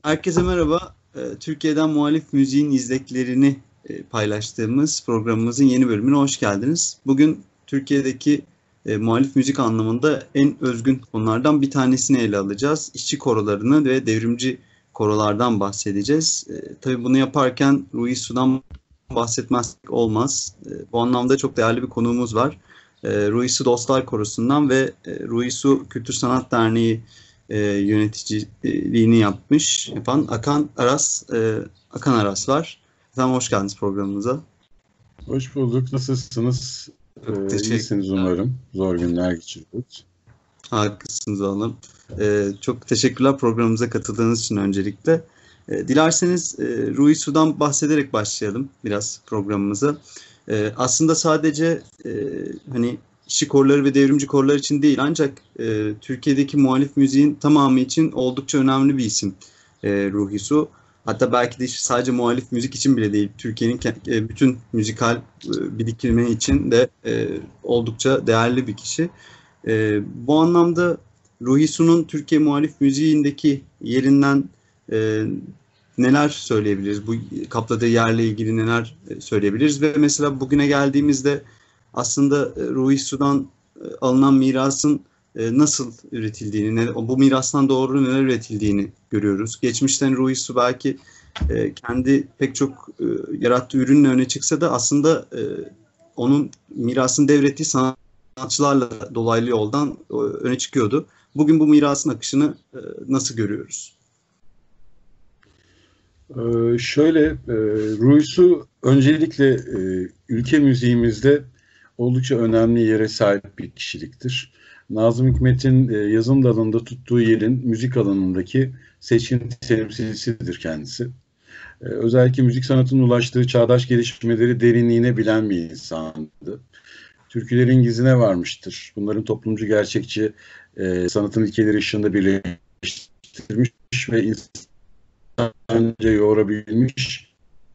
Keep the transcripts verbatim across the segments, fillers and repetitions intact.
Herkese merhaba. Ee, Türkiye'den muhalif müziğin izleklerini e, paylaştığımız programımızın yeni bölümüne hoş geldiniz. Bugün Türkiye'deki e, muhalif müzik anlamında en özgün konulardan bir tanesini ele alacağız. İşçi korolarını ve devrimci korolardan bahsedeceğiz. E, tabii bunu yaparken Ruhi Su'dan bahsetmezsek olmaz. E, bu anlamda çok değerli bir konuğumuz var. E, Ruhi Su Dostlar Korosu'ndan ve e, Ruhi Su Kültür Sanat Derneği e, yöneticiliğini yapmış yapan Akan Aras e, Akan Aras var. Efendim hoş geldiniz programımıza. Hoş bulduk. Nasılsınız? Ee, iyisiniz umarım. Zor günler geçiriyoruz. Haklısınız oğlum. Ee, çok teşekkürler programımıza katıldığınız için öncelikle. Ee, dilerseniz e, Ruhi Su'dan bahsederek başlayalım biraz programımıza. Ee, aslında sadece e, hani işçi korları ve devrimci korlar için değil, ancak e, Türkiye'deki muhalif müziğin tamamı için oldukça önemli bir isim e, Ruhi Su. Hatta belki de sadece muhalif müzik için bile değil, Türkiye'nin e, bütün müzikal e, birikimi için de e, oldukça değerli bir kişi. E, bu anlamda Ruhi Su'nun Türkiye muhalif müziğindeki yerinden e, neler söyleyebiliriz? Bu kapladığı yerle ilgili neler söyleyebiliriz? Ve mesela bugüne geldiğimizde aslında Ruhi Su'dan alınan mirasın nasıl üretildiğini, bu mirastan doğru neler üretildiğini görüyoruz. Geçmişten Ruhi Su belki kendi pek çok yarattığı ürünle öne çıksa da aslında onun mirasını devrettiği sanatçılarla dolaylı yoldan öne çıkıyordu. Bugün bu mirasın akışını nasıl görüyoruz? Ee, şöyle, e, Ruhi Su öncelikle e, ülke müziğimizde oldukça önemli yere sahip bir kişiliktir. Nazım Hikmet'in e, yazım dalında tuttuğu yerin müzik alanındaki seçkin temsilcisidir kendisi. E, özellikle müzik sanatının ulaştığı çağdaş gelişmeleri derinliğine bilen bir insandı. Türkülerin gizine varmıştır. Bunların toplumcu gerçekçi e, sanatın ilkeleri ışığında birleştirmiş ve insanca yoğurabilmiş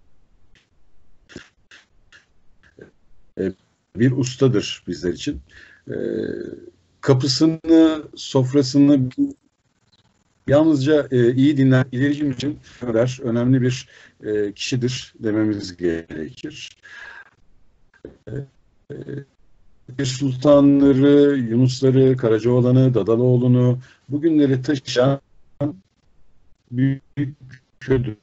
e, bir ustadır bizler için. E, kapısını, sofrasını yalnızca e, iyi dinleyen ilerici için önemli bir e, kişidir dememiz gerekir. E, e, Sultanları, Yunusları, Karacaoğlan'ı, Dadaloğlu'nu bugünleri taşıyan büyük ködür.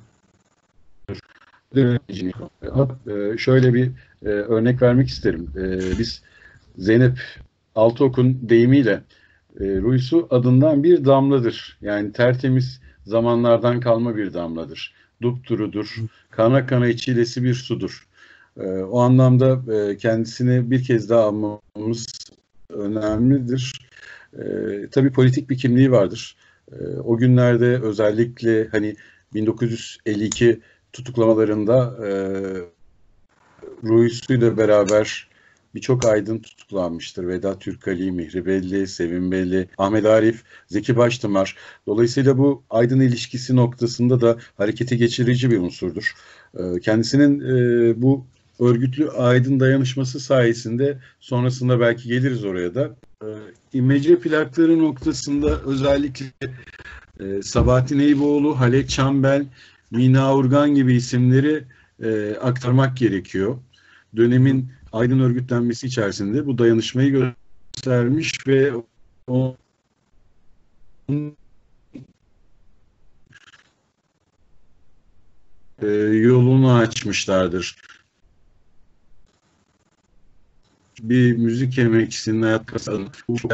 E, şöyle bir e, örnek vermek isterim. E, biz Zeynep Altıok'un deyimiyle e, Ruhi Su adından bir damladır. Yani tertemiz zamanlardan kalma bir damladır. Dupdurudur. Kana kana içilesi bir sudur. E, o anlamda e, kendisini bir kez daha anmamız önemlidir. E, tabii politik bir kimliği vardır. E, o günlerde özellikle hani bin dokuz yüz elli iki tutuklamalarında e, Ruhi Su ile beraber birçok aydın tutuklanmıştır. Vedat Türkali, Mihri Belli, Sevim Belli, Ahmet Arif, Zeki Baştımar. Dolayısıyla bu aydın ilişkisi noktasında da harekete geçirici bir unsurdur. E, kendisinin e, bu örgütlü aydın dayanışması sayesinde sonrasında belki geliriz oraya da. E, İmece plakları noktasında özellikle e, Sabahattin Eyüboğlu, Halek Çambel, Mina Urgan gibi isimleri e, aktarmak gerekiyor. Dönemin aydın örgütlenmesi içerisinde bu dayanışmayı göstermiş ve o e, yolunu açmışlardır. Bir müzik emekçisinin hayat kazanı.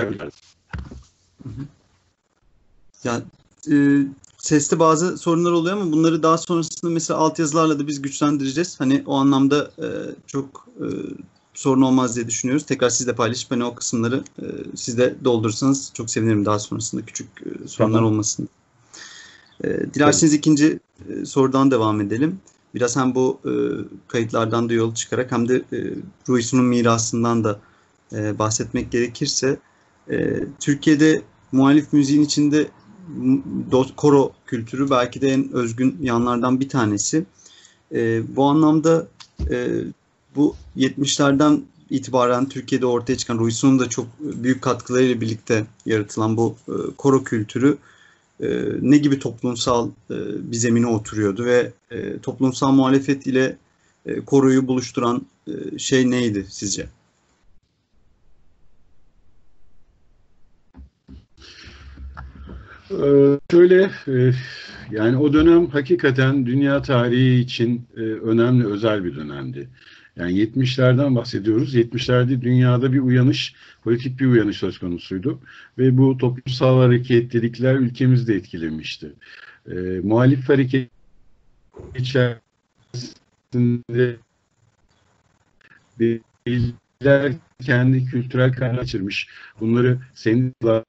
Ya e, seste bazı sorunlar oluyor ama bunları daha sonrasında mesela altyazılarla da biz güçlendireceğiz. Hani o anlamda e, çok e, sorun olmaz diye düşünüyoruz. Tekrar sizle paylaşıp hani o kısımları e, siz de doldurursanız çok sevinirim daha sonrasında küçük e, sorunlar Tamam. olmasın. E, dilerseniz Tabii. ikinci e, sorudan devam edelim. Biraz hem bu e, kayıtlardan da yol çıkarak hem de e, Ruhi Su'nun mirasından da e, bahsetmek gerekirse e, Türkiye'de muhalif müziğin içinde koro kültürü belki de en özgün yanlardan bir tanesi. E, bu anlamda e, bu yetmişlerden itibaren Türkiye'de ortaya çıkan Ruhi Su'nun da çok büyük katkılarıyla birlikte yaratılan bu e, koro kültürü e, ne gibi toplumsal e, bir zemine oturuyordu ve e, toplumsal muhalefet ile e, koroyu buluşturan e, şey neydi sizce? Ee, şöyle e, yani o dönem hakikaten dünya tarihi için e, önemli, özel bir dönemdi. Yani yetmişlerden bahsediyoruz. yetmişlerde dünyada bir uyanış, politik bir uyanış söz konusuydu. Ve bu toplumsal hareketlilikler ülkemizi de etkilemişti. E, muhalif hareket içerisinde bireyler kendi kültürel kaynaklarını kaçırmış. Bunları seninle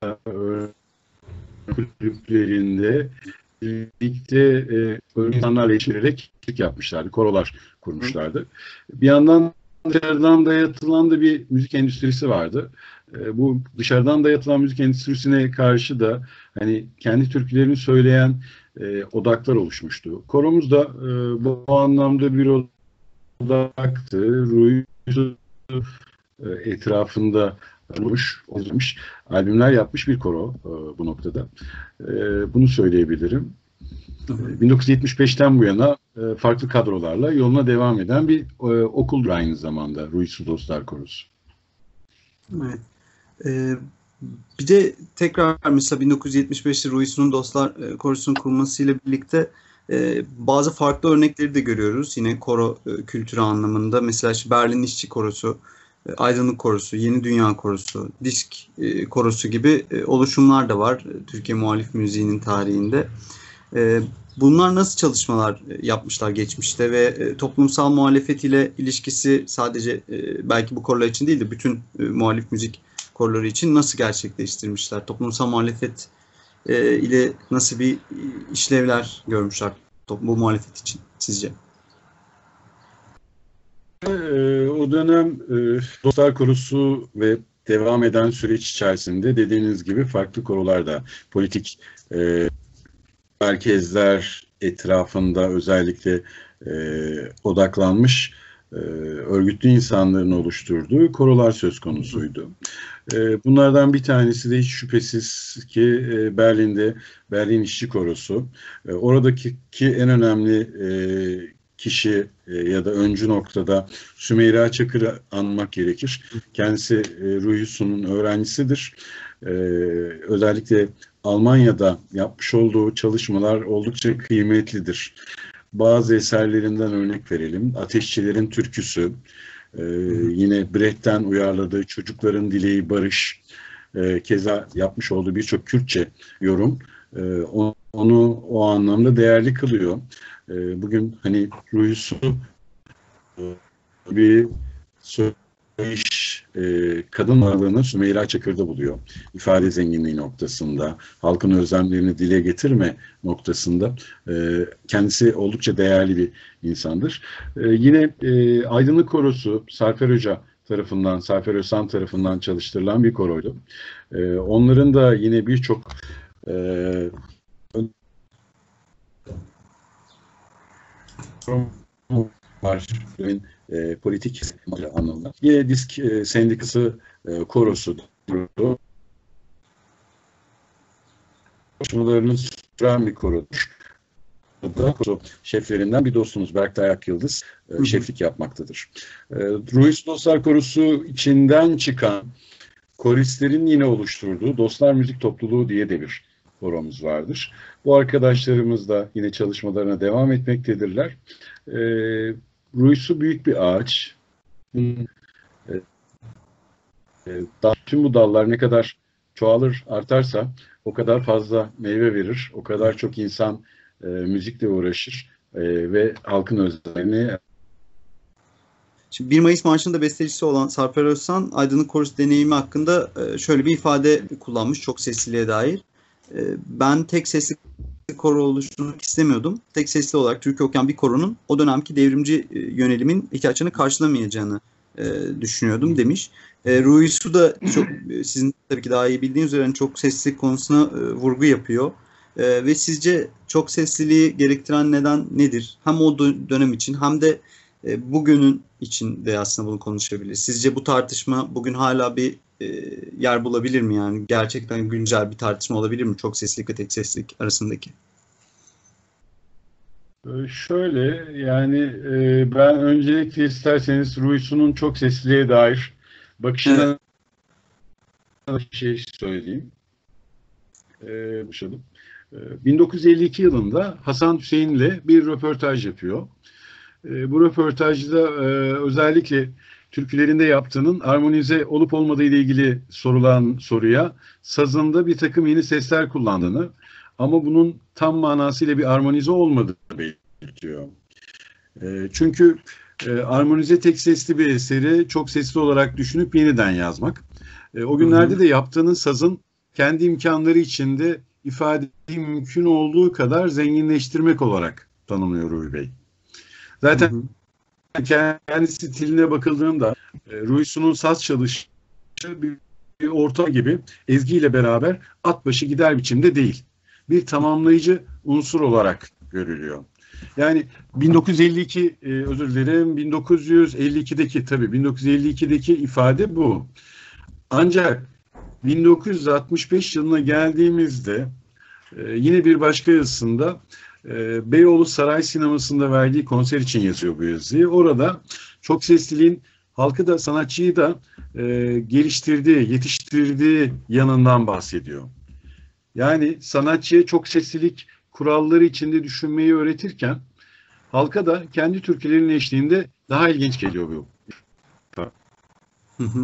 kulüplerinde birlikte e, insanlarla eşlenerek yapmışlardı. Korolar kurmuşlardı. Bir yandan dışarıdan dayatılan da bir müzik endüstrisi vardı. E, bu dışarıdan dayatılan müzik endüstrisine karşı da hani kendi türkülerini söyleyen e, odaklar oluşmuştu. Koromuz da e, bu, bu anlamda bir odaktı. Ruhi'nin e, etrafında olmuş, olmuş, albümler yapmış bir koro e, bu noktada. E, bunu söyleyebilirim. E, bin dokuz yüz yetmiş beşten bu yana e, farklı kadrolarla yoluna devam eden bir e, okuldur aynı zamanda Ruhi Su Dostlar Korosu. Evet. Ee, bir de tekrar mesela bin dokuz yüz yetmiş beşte Ruhi Su'nun Dostlar e, Korosu'nun kurulmasıyla birlikte e, bazı farklı örnekleri de görüyoruz. Yine koro e, kültürü anlamında. Mesela işte Berlin İşçi Korosu, e, Aydınlık Korosu, Yeni Dünya Korosu, Disk e, Korosu gibi e, oluşumlar da var e, Türkiye muhalif müziğinin tarihinde. E, bunlar nasıl çalışmalar e, yapmışlar geçmişte ve e, toplumsal muhalefet ile ilişkisi sadece e, belki bu korolar için değil de bütün e, muhalif müzik koroları için nasıl gerçekleştirmişler? Toplumsal muhalefet e, ile nasıl bir işlevler görmüşler bu muhalefet için sizce? E, o dönem e, Dostlar Korosu ve devam eden süreç içerisinde dediğiniz gibi farklı korolarda politik e, merkezler etrafında özellikle e, odaklanmış e, örgütlü insanların oluşturduğu korolar söz konusuydu. E, bunlardan bir tanesi de hiç şüphesiz ki e, Berlin'de Berlin İşçi Korosu. E, oradaki ki en önemli e, kişi e, ya da öncü noktada Sümeyra Çakır'ı anmak gerekir. Kendisi e, Ruhi Su'nun öğrencisidir. E, özellikle Almanya'da yapmış olduğu çalışmalar oldukça kıymetlidir. Bazı eserlerinden örnek verelim. Ateşçilerin Türküsü, e, yine Brecht'ten uyarladığı Çocukların Dileği Barış, e, keza yapmış olduğu birçok Kürtçe yorum, e, onu o anlamda değerli kılıyor. E, bugün hani Ruhi Su bir söyleyiş e, kadın varlığını Sümeyra Çakır'da buluyor. İfade zenginliği noktasında, halkın özlemlerini dile getirme noktasında e, kendisi oldukça değerli bir insandır. E, yine e, Aydınlık Korosu Sarper Hoca tarafından, Sarper Özsan tarafından çalıştırılan bir koroydu. E, onların da yine birçok e, var. E, politik anlamda. Yine Disk e, Sendikası e, Korosu çalışmalarını süren bir korodur. Koro şeflerinden bir dostumuz Berktay Akyıldız e, şeflik yapmaktadır. E, Ruhi Su Dostlar Korosu içinden çıkan koristlerin yine oluşturduğu Dostlar Müzik Topluluğu diye de bir koromuz vardır. Bu arkadaşlarımız da yine çalışmalarına devam etmektedirler. E, Ruhi Su büyük bir ağaç. E, e, tüm bu dallar ne kadar çoğalır, artarsa o kadar fazla meyve verir, o kadar çok insan e, müzikle uğraşır e, ve halkın özlemini. Şimdi bir Mayıs Marşı'nda bestecisi olan Sarper Özsan, Aydınlık Korosu deneyimi hakkında şöyle bir ifade kullanmış, çok sesliliğe dair. Ben tek sesli koro oluşturmak istemiyordum. Tek sesli olarak Türkiye okuyan bir koronun o dönemki devrimci yönelimin ihtiyaçlarını karşılamayacağını düşünüyordum demiş. Ruhi Su da çok, sizin tabii ki daha iyi bildiğiniz üzere çok sesli konusuna vurgu yapıyor. Ve sizce çok sesliliği gerektiren neden nedir? Hem o dönem için hem de bugünün için de aslında bunu konuşabiliriz. Sizce bu tartışma bugün hala bir e, yer bulabilir mi yani? Gerçekten güncel bir tartışma olabilir mi çok seslilik ve tek seslilik arasındaki? Ee, Şöyle yani e, ben öncelikle isterseniz Ruisu'nun çok sesliliğe dair Evet. bakışına bir şey söyleyeyim. Ee, başladım. Ee, bin dokuz yüz elli iki yılında Hasan Hüseyin'le bir röportaj yapıyor. Ee, bu röportajda e, özellikle türkülerinde yaptığının armonize olup olmadığı ile ilgili sorulan soruya sazında bir takım yeni sesler kullandığını ama bunun tam manasıyla bir armonize olmadığını belirtiyor. E, çünkü e, armonize tek sesli bir eseri çok sesli olarak düşünüp yeniden yazmak. E, o Hı hı. günlerde de yaptığının sazın kendi imkanları içinde ifadeyi mümkün olduğu kadar zenginleştirmek olarak tanımlıyor Ruhi Bey. Hı Zaten hı. kendi stiline bakıldığında e, Ruisu'nun saz çalışı bir, bir orta gibi ezgiyle beraber at başı gider biçimde değil. Bir tamamlayıcı unsur olarak görülüyor. Yani bin dokuz yüz elli iki e, özür dilerim bin dokuz yüz elli ikideki tabii bin dokuz yüz elli ikideki ifade bu. Ancak bin dokuz yüz altmış beş yılına geldiğimizde e, yine bir başka yazısında e, Beyoğlu Saray Sineması'nda verdiği konser için yazıyor bu yazıyı. Orada çok sesliliğin halkı da sanatçıyı da e, geliştirdiği, yetiştirdiği yanından bahsediyor. Yani sanatçıya çok seslilik kuralları içinde düşünmeyi öğretirken halka da kendi türkülerinin eşliğinde daha ilginç geliyor bu. Hı hı.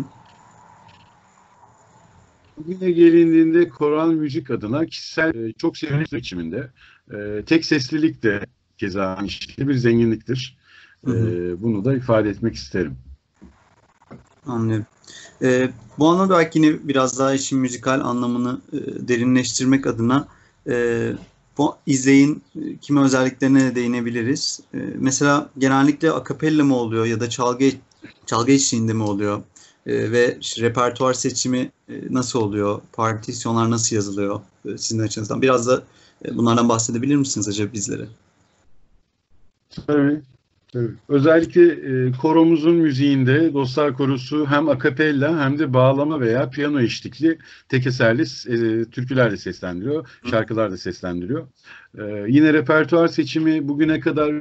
Bugüne gelindiğinde koral müzik adına kişisel e, çok sevilen biçiminde e, tek seslilik de keza aynı şekilde bir zenginliktir. E, Hı hı. bunu da ifade etmek isterim. Anlıyorum. Ee, bu anlamda belki yine biraz daha işin müzikal anlamını e, derinleştirmek adına e, bu izleyin e, kimi özelliklerine de değinebiliriz. E, mesela genellikle akapella mı oluyor ya da çalgı çalgı eşliğinde mi oluyor? E, ve işte repertuar seçimi e, nasıl oluyor? Partisyonlar nasıl yazılıyor e, sizin açınızdan? Biraz da e, bunlardan bahsedebilir misiniz acaba bizlere? Tabii. Tabii. Özellikle e, koromuzun müziğinde Dostlar Korosu hem akapella hem de bağlama veya piyano eşlikli tek eserli e, türküler de seslendiriyor, Hı şarkılar da seslendiriyor. E, yine repertuar seçimi bugüne kadar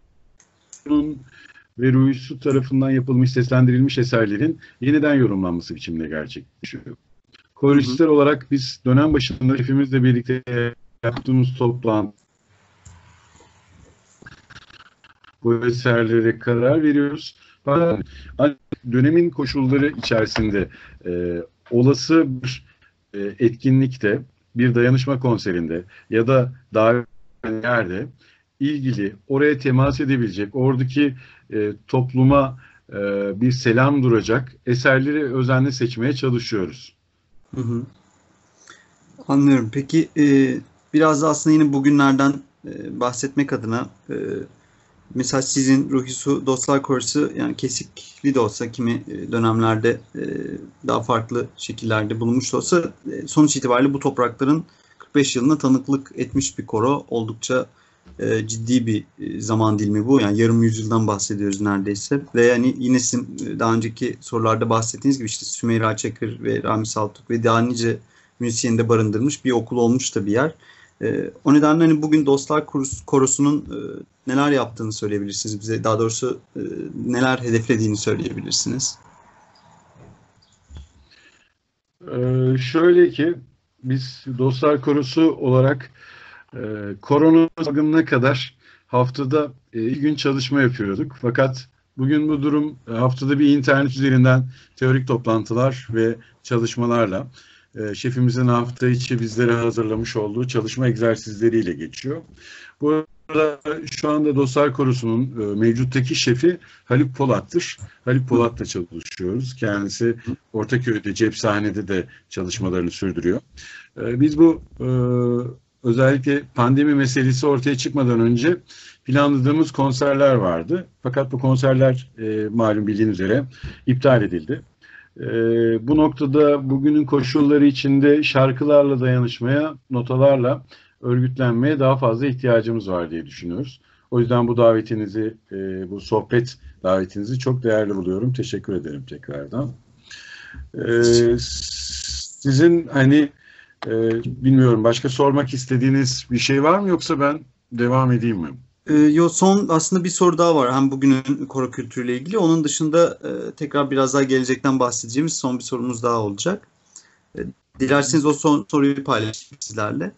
ve Ruisu tarafından yapılmış, seslendirilmiş eserlerin yeniden yorumlanması biçiminde gerçekleşiyor. hı. Koristler olarak biz dönem başında şefimizle birlikte yaptığımız toplantı bu eserlere karar veriyoruz. Fakat dönemin koşulları içerisinde e, olası bir e, etkinlikte, bir dayanışma konserinde ya da davet yerde ilgili oraya temas edebilecek, oradaki e, topluma e, bir selam duracak eserleri özenle seçmeye çalışıyoruz. Hı hı. Anlıyorum. Peki e, biraz da aslında yine bugünlerden e, bahsetmek adına e, mesela sizin Ruhi Su Dostlar Korosu yani kesikli de olsa kimi e, dönemlerde e, daha farklı şekillerde bulunmuş da olsa e, sonuç itibariyle bu toprakların kırk beş yılına tanıklık etmiş bir koro. Oldukça e, ciddi bir e, zaman dilimi bu. Yani yarım yüzyıldan bahsediyoruz neredeyse. Ve yani yine sizin e, daha önceki sorularda bahsettiğiniz gibi işte Sümeyra Çakır ve Rami Saltuk ve daha nice müzisyeni de barındırmış bir okul olmuş da bir yer. E, o nedenle hani bugün Dostlar Korosu'nun e, neler yaptığını söyleyebilirsiniz bize. Daha doğrusu e, neler hedeflediğini söyleyebilirsiniz. Ee, şöyle ki biz Dostlar Korosu olarak e, korona salgınına kadar haftada e, iki gün çalışma yapıyorduk. Fakat bugün bu durum e, haftada bir internet üzerinden teorik toplantılar ve çalışmalarla e, şefimizin hafta içi bizlere hazırlamış olduğu çalışma egzersizleriyle geçiyor. Bu arada şu anda Dostlar Korosu'nun e, mevcuttaki şefi Haluk Polat'tır. Haluk Hı Polat'la çalışıyoruz. Kendisi Ortaköy'de, Cephane'de de çalışmalarını sürdürüyor. E, biz bu e, özellikle pandemi meselesi ortaya çıkmadan önce planladığımız konserler vardı. Fakat bu konserler e, malum bildiğin üzere iptal edildi. E, bu noktada bugünün koşulları içinde şarkılarla dayanışmaya, notalarla örgütlenmeye daha fazla ihtiyacımız var diye düşünüyoruz. O yüzden bu davetinizi, e, bu sohbet davetinizi çok değerli buluyorum. Teşekkür ederim tekrardan. Ee, sizin hani e, bilmiyorum, başka sormak istediğiniz bir şey var mı, yoksa ben devam edeyim mi? Ee, yo, son aslında bir soru daha var. Hem bugünün koro kültürüyle ilgili. Onun dışında e, tekrar biraz daha gelecekten bahsedeceğimiz son bir sorumuz daha olacak. E, dilerseniz o son soruyu paylaşayım sizlerle.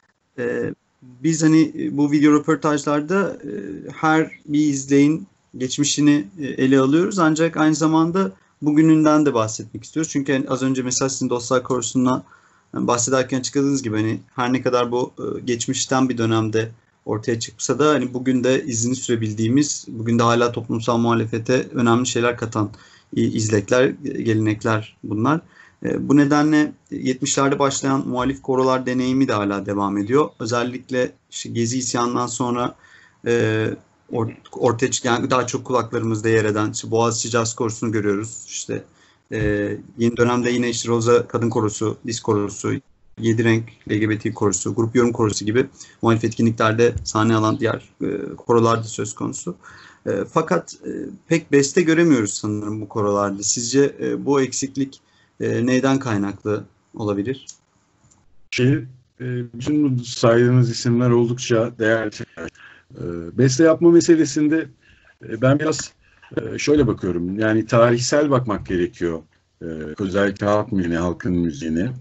E, biz hani bu video röportajlarda e, her bir izleyin geçmişini e, ele alıyoruz. Ancak aynı zamanda bugününden de bahsetmek istiyoruz. Çünkü hani az önce mesela sizin Dostlar Korosu'na yani bahsederken açıkladığınız gibi hani her ne kadar bu e, geçmişten bir dönemde ortaya çıksa da hani bugün de izini sürebildiğimiz, bugün de hala toplumsal muhalefete önemli şeyler katan izlekler, gelenekler bunlar. E, bu nedenle yetmişlerde başlayan muhalif korolar deneyimi de hala devam ediyor. Özellikle işte Gezi isyanından sonra e, or, ortaya çıkan, yani daha çok kulaklarımızda yer eden işte Boğaziçi Caz Korosu'nu görüyoruz. İşte e, yeni dönemde yine işte Roza Kadın Korosu, Diz Korosu, Yedi Renk L G B T Korosu, Grup Yorum Korosu gibi muhalif etkinliklerde sahne alan diğer e, korolar da söz konusu. E, fakat e, pek beste göremiyoruz sanırım bu korolarda. Sizce e, bu eksiklik e, neyden kaynaklı olabilir? Şey, e, bütün bu saydığınız isimler oldukça değerli. E, beste yapma meselesinde e, ben biraz e, şöyle bakıyorum. Yani tarihsel bakmak gerekiyor. E, özellikle halk müziğine, halkın müziğine.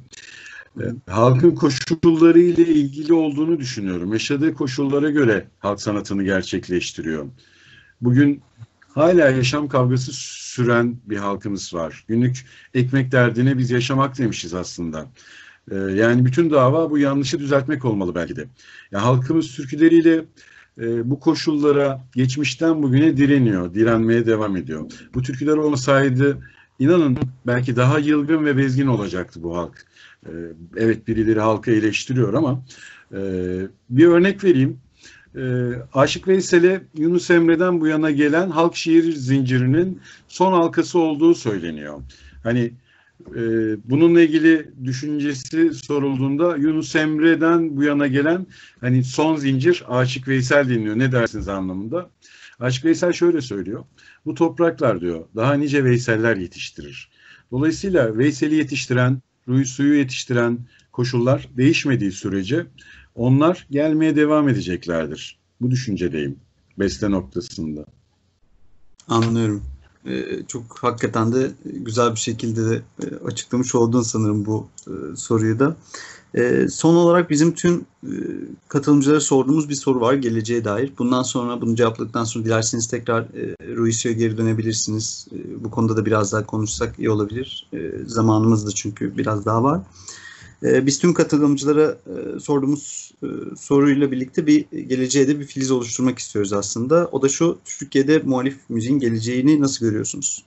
Halkın koşulları ile ilgili olduğunu düşünüyorum. Yaşadığı koşullara göre halk sanatını gerçekleştiriyor. Bugün hala yaşam kavgası süren bir halkımız var. Günlük ekmek derdine biz yaşamak demişiz aslında. Ee, yani bütün dava bu yanlışı düzeltmek olmalı belki de. Yani halkımız türküleriyle e, bu koşullara geçmişten bugüne direniyor, direnmeye devam ediyor. Bu türküler olmasaydı inanın belki daha yılgın ve bezgin olacaktı bu halk. Evet, birileri halka eleştiriyor ama e, bir örnek vereyim. E, Aşık Veysel'e Yunus Emre'den bu yana gelen halk şiir zincirinin son halkası olduğu söyleniyor. Hani e, bununla ilgili düşüncesi sorulduğunda Yunus Emre'den bu yana gelen hani son zincir Aşık Veysel deniliyor. Ne dersiniz anlamında? Aşık Veysel şöyle söylüyor. Bu topraklar diyor daha nice Veyseller yetiştirir. Dolayısıyla Veysel'i yetiştiren, Ruysu'yu yetiştiren koşullar değişmediği sürece onlar gelmeye devam edeceklerdir. Bu düşüncedeyim beste noktasında. Anlıyorum. Ee, çok hakikaten de güzel bir şekilde de e, açıklamış oldun sanırım bu e, soruyu da. E, son olarak bizim tüm e, katılımcılara sorduğumuz bir soru var geleceğe dair. Bundan sonra bunu cevapladıktan sonra dilerseniz tekrar e, Ruizu'ya geri dönebilirsiniz. E, bu konuda da biraz daha konuşsak iyi olabilir. E, zamanımız da çünkü biraz daha var. E, biz tüm katılımcılara e, sorduğumuz e, soruyla birlikte bir geleceğe de bir filiz oluşturmak istiyoruz aslında. O da şu: Türkiye'de muhalif müziğin geleceğini nasıl görüyorsunuz?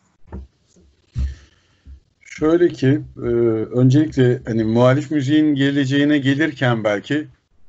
Şöyle ki, e, öncelikle hani muhalif müziğin geleceğine gelirken belki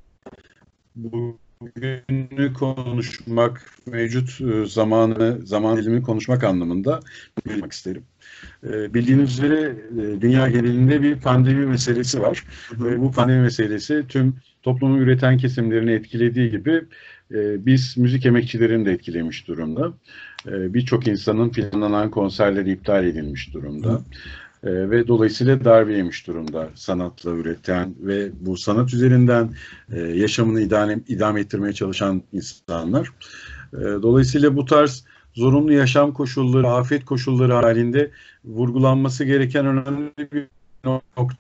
bugünü konuşmak, mevcut e, zamanı, zaman dilimini konuşmak anlamında bilmek isterim. E, bildiğiniz üzere e, dünya genelinde bir pandemi meselesi var. Ve bu pandemi meselesi tüm toplumu üreten kesimlerini etkilediği gibi e, biz müzik emekçilerini de etkilemiş durumda. E, Birçok insanın planlanan konserleri iptal edilmiş durumda. Ee, ve dolayısıyla darbe yemiş durumda sanatla üreten ve bu sanat üzerinden e, yaşamını idame, idame ettirmeye çalışan insanlar. E, dolayısıyla bu tarz zorunlu yaşam koşulları, afet koşulları halinde vurgulanması gereken önemli bir nokta.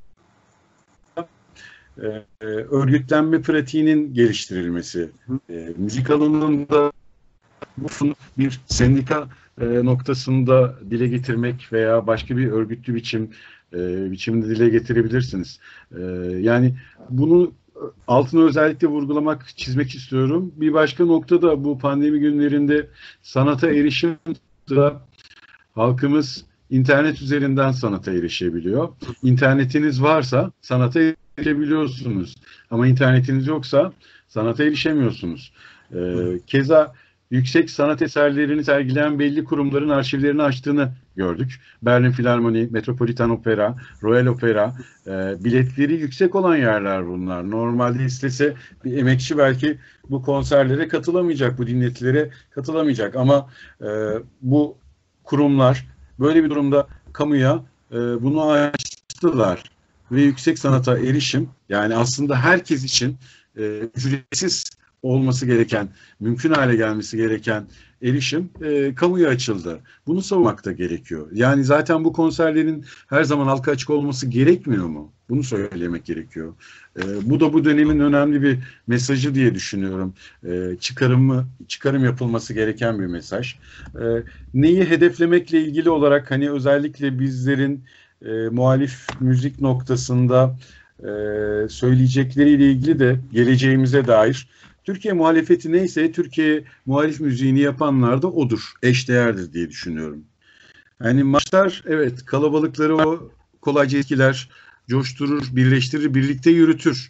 E, örgütlenme pratiğinin geliştirilmesi. E, müzik alanında bu bir sendika e, noktasında dile getirmek veya başka bir örgütlü biçim e, biçimde dile getirebilirsiniz. E, yani bunu altını özellikle vurgulamak, çizmek istiyorum. Bir başka nokta da bu pandemi günlerinde sanata erişim da halkımız internet üzerinden sanata erişebiliyor. İnternetiniz varsa sanata erişebiliyorsunuz. Ama internetiniz yoksa sanata erişemiyorsunuz. E, keza yüksek sanat eserlerini sergileyen belli kurumların arşivlerini açtığını gördük. Berlin Filarmoni, Metropolitan Opera, Royal Opera, e, biletleri yüksek olan yerler bunlar. Normalde istese bir emekçi belki bu konserlere katılamayacak, bu dinletilere katılamayacak. Ama e, bu kurumlar böyle bir durumda kamuya e, bunu açtılar. Ve yüksek sanata erişim, yani aslında herkes için e, ücretsiz olması gereken, mümkün hale gelmesi gereken erişim e, kamuya açıldı. Bunu savunmak da gerekiyor. Yani zaten bu konserlerin her zaman halka açık olması gerekmiyor mu? Bunu söylemek gerekiyor. E, bu da bu dönemin önemli bir mesajı diye düşünüyorum. E, çıkarımı, çıkarım yapılması gereken bir mesaj. E, neyi hedeflemekle ilgili olarak hani özellikle bizlerin e, muhalif müzik noktasında e, söyleyecekleriyle ilgili de geleceğimize dair Türkiye muhalefeti neyse Türkiye muhalif müziğini yapanlar da odur. Eşdeğerdir diye düşünüyorum. Yani maçlar evet kalabalıkları o kolayca etkiler, coşturur, birleştirir, birlikte yürütür.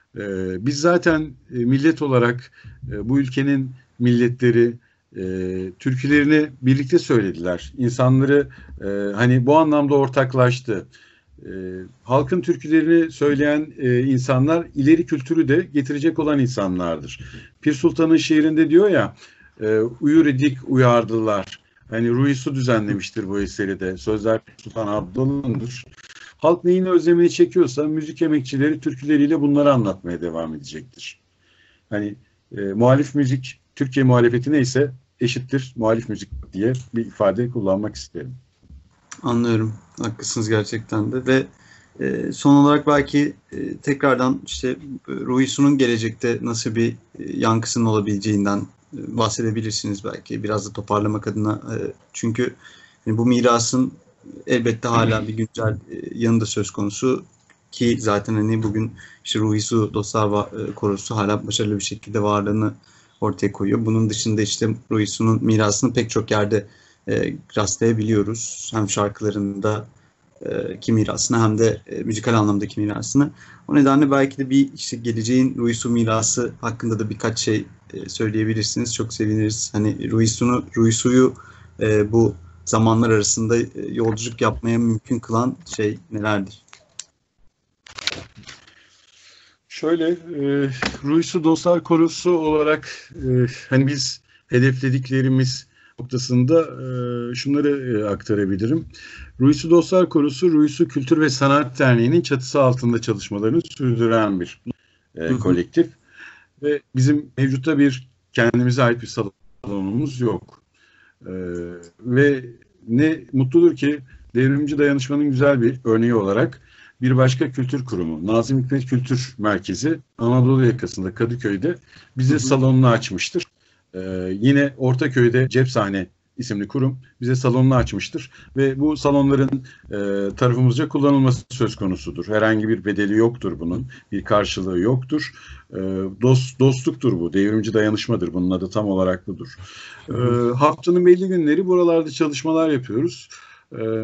Ee, biz zaten e, millet olarak e, bu ülkenin milletleri e, türkülerini birlikte söylediler. İnsanları e, hani bu anlamda ortaklaştı. E, halkın türkülerini söyleyen e, insanlar ileri kültürü de getirecek olan insanlardır. Pir Sultan'ın şiirinde diyor ya, e, uyur idik uyardılar. Hani Ruhi Su düzenlemiştir bu eseri de. Sözler Sultan Abdullah'ındır. Halk neyini özlemini çekiyorsa müzik emekçileri türküleriyle bunları anlatmaya devam edecektir. Hani e, muhalif müzik, Türkiye muhalefeti neyse eşittir muhalif müzik diye bir ifade kullanmak isterim. Anlıyorum. Haklısınız gerçekten de ve e, son olarak belki e, tekrardan işte Ruhi Su'nun gelecekte nasıl bir e, yankısının olabileceğinden e, bahsedebilirsiniz belki biraz da toparlamak adına. E, çünkü yani bu mirasın elbette hala bir güncel e, yanında söz konusu ki zaten hani bugün işte Ruhi Su Dostlar Va- e, Korosu hala başarılı bir şekilde varlığını ortaya koyuyor. Bunun dışında işte Ruhi Su'nun mirasını pek çok yerde e, rastlayabiliyoruz. Hem şarkılarında e, ki mirasını hem de e, müzikal anlamdaki mirasını. O nedenle belki de bir işte geleceğin Ruhi Su mirası hakkında da birkaç şey e, söyleyebilirsiniz. Çok seviniriz. Hani Ruhi Su'nu, Ruhi Su'yu e, bu zamanlar arasında e, yolculuk yapmaya mümkün kılan şey nelerdir? Şöyle, e, Ruhi Su Dostlar Korosu olarak e, hani biz hedeflediklerimiz noktasında e, şunları e, aktarabilirim. Ruhi Su Dostlar Korosu, Ruhi Su Kültür ve Sanat Derneği'nin çatısı altında çalışmalarını sürdüren bir e, kolektif. Ve bizim mevcutta bir kendimize ait bir salonumuz yok. E, ve ne mutludur ki Devrimci Dayanışma'nın güzel bir örneği olarak bir başka kültür kurumu, Nazım Hikmet Kültür Merkezi Anadolu yakasında Kadıköy'de bize hı hı. salonunu açmıştır. Ee, yine Ortaköy'de Cepsane isimli kurum bize salonunu açmıştır ve bu salonların e, tarafımızca kullanılması söz konusudur. Herhangi bir bedeli yoktur bunun, bir karşılığı yoktur. E, dost, dostluktur bu, devrimci dayanışmadır. Bunun adı tam olarak budur. E, haftanın belli günleri buralarda çalışmalar yapıyoruz. E,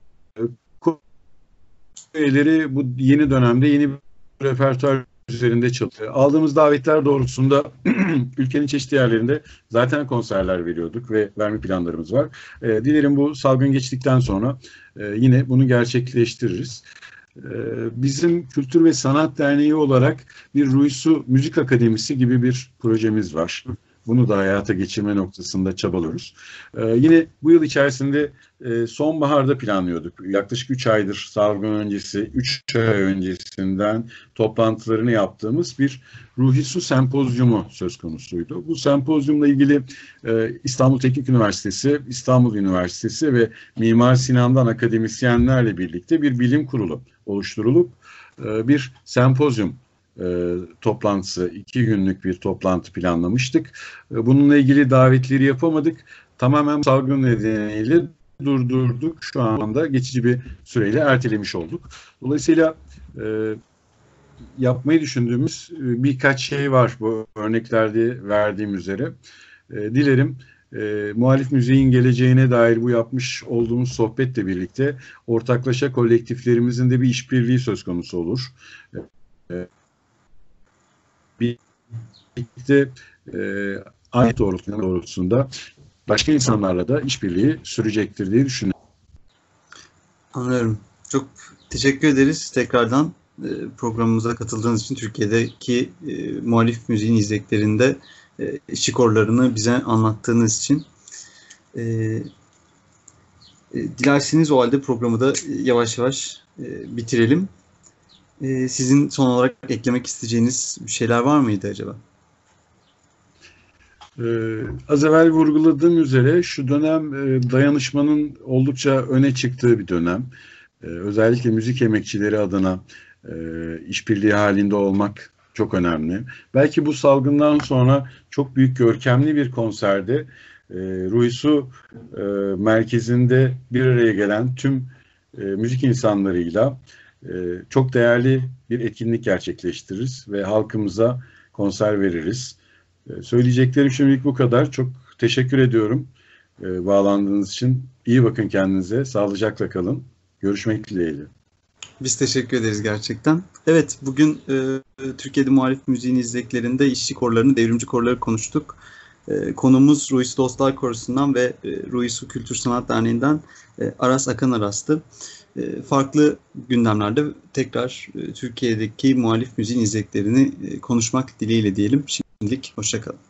üyeleri bu yeni dönemde yeni bir repertuar üzerinde çalışıyor. Aldığımız davetler doğrultusunda ülkenin çeşitli yerlerinde zaten konserler veriyorduk ve verme planlarımız var. E, dilerim bu salgın geçtikten sonra e, yine bunu gerçekleştiririz. E, bizim Kültür ve Sanat Derneği olarak bir Ruhi Su Müzik Akademisi gibi bir projemiz var. Bunu da hayata geçirme noktasında çabalıyoruz. Ee, yine bu yıl içerisinde e, sonbaharda planlıyorduk. Yaklaşık üç aydır salgın öncesi, üç ay öncesinden toplantılarını yaptığımız bir Ruhi Su Sempozyumu söz konusuydu. Bu sempozyumla ilgili e, İstanbul Teknik Üniversitesi, İstanbul Üniversitesi ve Mimar Sinan'dan akademisyenlerle birlikte bir bilim kurulu oluşturulup e, bir sempozyum E, toplantısı, iki günlük bir toplantı planlamıştık. E, bununla ilgili davetleri yapamadık. Tamamen salgın nedeniyle durdurduk. Şu anda geçici bir süreyle ertelemiş olduk. Dolayısıyla e, yapmayı düşündüğümüz e, birkaç şey var bu örneklerde verdiğim üzere. E, dilerim e, muhalif müziğin geleceğine dair bu yapmış olduğumuz sohbetle birlikte ortaklaşa kolektiflerimizin de bir işbirliği söz konusu olur. E, birlikte e, aynı doğrultusunda, doğrultusunda başka insanlarla da işbirliği sürecektir diye düşünüyorum. Anlıyorum. Çok teşekkür ederiz tekrardan e, programımıza katıldığınız için. Türkiye'deki e, muhalif müziğin izleklerinde e, şikorlarını bize anlattığınız için. E, E, dilerseniz o halde programı da yavaş yavaş e, bitirelim. E, sizin son olarak eklemek isteyeceğiniz bir şeyler var mıydı acaba? Ee, az evvel vurguladığım üzere şu dönem e, dayanışmanın oldukça öne çıktığı bir dönem. Ee, özellikle müzik emekçileri adına e, işbirliği halinde olmak çok önemli. Belki bu salgından sonra çok büyük görkemli bir konserde e, Ruisu e, merkezinde bir araya gelen tüm e, müzik insanlarıyla e, çok değerli bir etkinlik gerçekleştiririz ve halkımıza konser veririz. Söyleyeceklerim şimdilik bu kadar. Çok teşekkür ediyorum e, bağlandığınız için. İyi bakın kendinize. Sağlıcakla kalın. Görüşmek dileğiyle. Biz teşekkür ederiz gerçekten. Evet, bugün e, Türkiye'de muhalif müziğin izleklerinde işçi korlarını, devrimci korları konuştuk. E, konumuz Ruisu Dostlar Korosu'ndan ve e, Ruisu Kültür Sanat Derneği'nden e, Aras Akan Aras'tı. E, farklı gündemlerde tekrar e, Türkiye'deki muhalif müziğin izleklerini e, konuşmak dileğiyle diyelim. Şimdilik hoşça kalın.